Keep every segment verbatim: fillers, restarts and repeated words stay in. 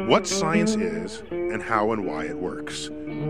what science is and how and why it works.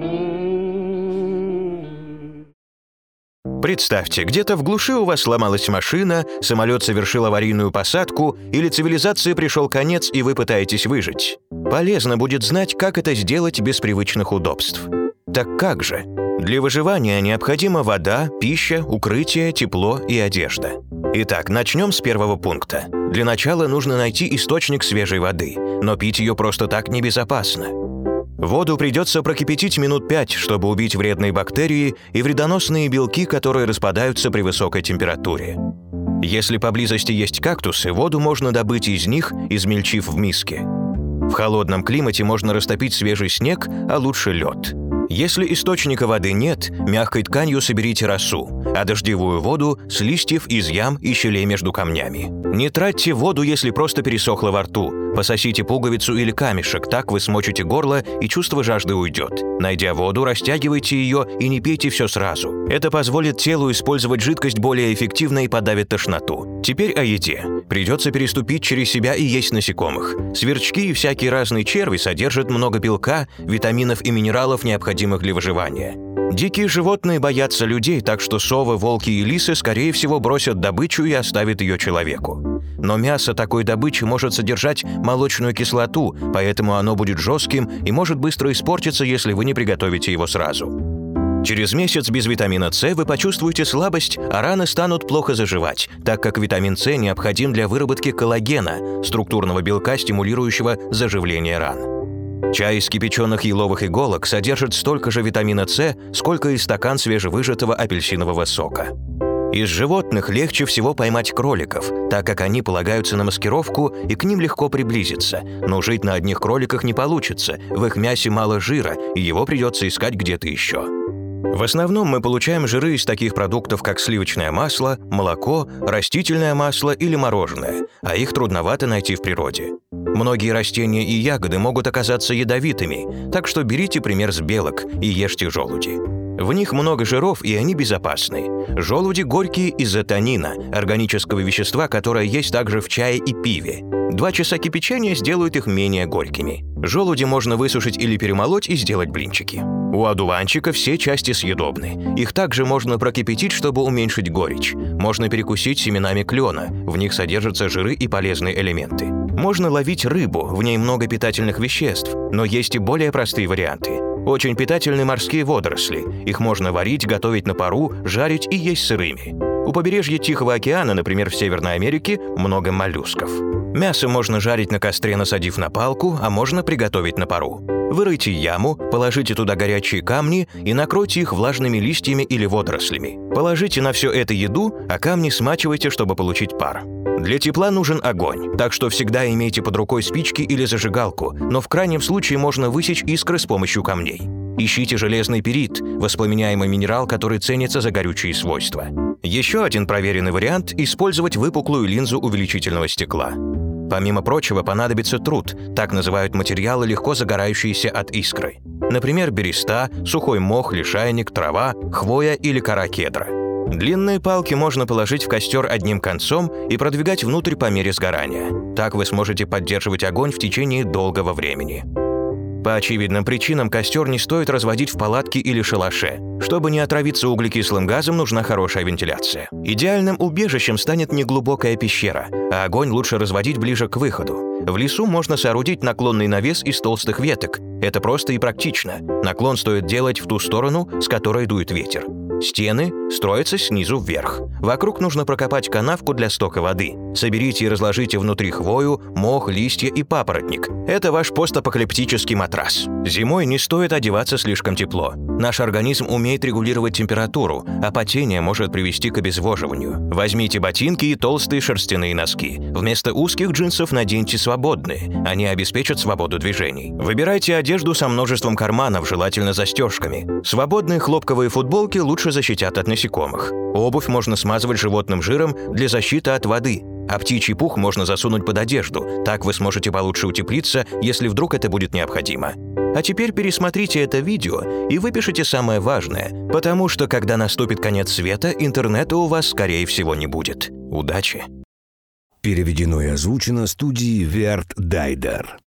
Представьте, где-то в глуши у вас сломалась машина, самолет совершил аварийную посадку или цивилизации пришел конец, и вы пытаетесь выжить. Полезно будет знать, как это сделать без привычных удобств. Так как же? Для выживания необходима вода, пища, укрытие, тепло и одежда. Итак, начнем с первого пункта. Для начала нужно найти источник свежей воды, но пить ее просто так небезопасно. Воду придется прокипятить минут пять, чтобы убить вредные бактерии и вредоносные белки, которые распадаются при высокой температуре. Если поблизости есть кактусы, воду можно добыть из них, измельчив в миске. В холодном климате можно растопить свежий снег, а лучше лед. Если источника воды нет, мягкой тканью соберите росу, а дождевую воду с листьев из ям и щелей между камнями. Не тратьте воду, если просто пересохло во рту. Пососите пуговицу или камешек, так вы смочите горло, и чувство жажды уйдет. Найдя воду, растягивайте ее и не пейте все сразу. Это позволит телу использовать жидкость более эффективно и подавит тошноту. Теперь о еде. Придется переступить через себя и есть насекомых. Сверчки и всякие разные черви содержат много белка, витаминов и минералов, необходимых для выживания. Дикие животные боятся людей, так что совы, волки и лисы, скорее всего, бросят добычу и оставят ее человеку. Но мясо такой добычи может содержать молочную кислоту, поэтому оно будет жестким и может быстро испортиться, если вы не приготовите его сразу. Через месяц без витамина С вы почувствуете слабость, а раны станут плохо заживать, так как витамин С необходим для выработки коллагена, структурного белка, стимулирующего заживление ран. Чай из кипяченых еловых иголок содержит столько же витамина С, сколько и стакан свежевыжатого апельсинового сока. Из животных легче всего поймать кроликов, так как они полагаются на маскировку и к ним легко приблизиться, но жить на одних кроликах не получится, в их мясе мало жира, и его придется искать где-то еще. В основном мы получаем жиры из таких продуктов, как сливочное масло, молоко, растительное масло или мороженое, а их трудновато найти в природе. Многие растения и ягоды могут оказаться ядовитыми, так что берите пример с белок и ешьте желуди. В них много жиров, и они безопасны. Желуди горькие из-за танина, органического вещества, которое есть также в чае и пиве. Два часа кипячения сделают их менее горькими. Желуди можно высушить или перемолоть и сделать блинчики. У одуванчика все части съедобны. Их также можно прокипятить, чтобы уменьшить горечь. Можно перекусить семенами клена, в них содержатся жиры и полезные элементы. Можно ловить рыбу, в ней много питательных веществ, но есть и более простые варианты. Очень питательны морские водоросли. Их можно варить, готовить на пару, жарить и есть сырыми. У побережья Тихого океана, например, в Северной Америке, много моллюсков. Мясо можно жарить на костре, насадив на палку, а можно приготовить на пару. Выройте яму, положите туда горячие камни и накройте их влажными листьями или водорослями. Положите на все это еду, а камни смачивайте, чтобы получить пар. Для тепла нужен огонь, так что всегда имейте под рукой спички или зажигалку, но в крайнем случае можно высечь искры с помощью камней. Ищите железный перит, воспламеняемый минерал, который ценится за горючие свойства. Еще один проверенный вариант – использовать выпуклую линзу увеличительного стекла. Помимо прочего, понадобится труд, так называют материалы, легко загорающиеся от искры. Например, береста, сухой мох, лишайник, трава, хвоя или кора кедра. Длинные палки можно положить в костер одним концом и продвигать внутрь по мере сгорания. Так вы сможете поддерживать огонь в течение долгого времени. По очевидным причинам костер не стоит разводить в палатке или шалаше. Чтобы не отравиться углекислым газом, нужна хорошая вентиляция. Идеальным убежищем станет неглубокая пещера, а огонь лучше разводить ближе к выходу. В лесу можно соорудить наклонный навес из толстых веток. Это просто и практично. Наклон стоит делать в ту сторону, с которой дует ветер. Стены строятся снизу вверх. Вокруг нужно прокопать канавку для стока воды. Соберите и разложите внутри хвою, мох, листья и папоротник. Это ваш постапокалиптический матрас. Зимой не стоит одеваться слишком тепло. Наш организм умеет регулировать температуру, а потение может привести к обезвоживанию. Возьмите ботинки и толстые шерстяные носки. Вместо узких джинсов наденьте свободные. Они обеспечат свободу движений. Выбирайте одежду со множеством карманов, желательно застежками. Свободные хлопковые футболки лучше защитят от насекомых. Обувь можно смазывать животным жиром для защиты от воды, а птичий пух можно засунуть под одежду. Так вы сможете получше утеплиться, если вдруг это будет необходимо. А теперь пересмотрите это видео и выпишите самое важное, потому что, когда наступит конец света, интернета у вас, скорее всего, не будет. Удачи! Переведено и озвучено студией Верт Дайдер.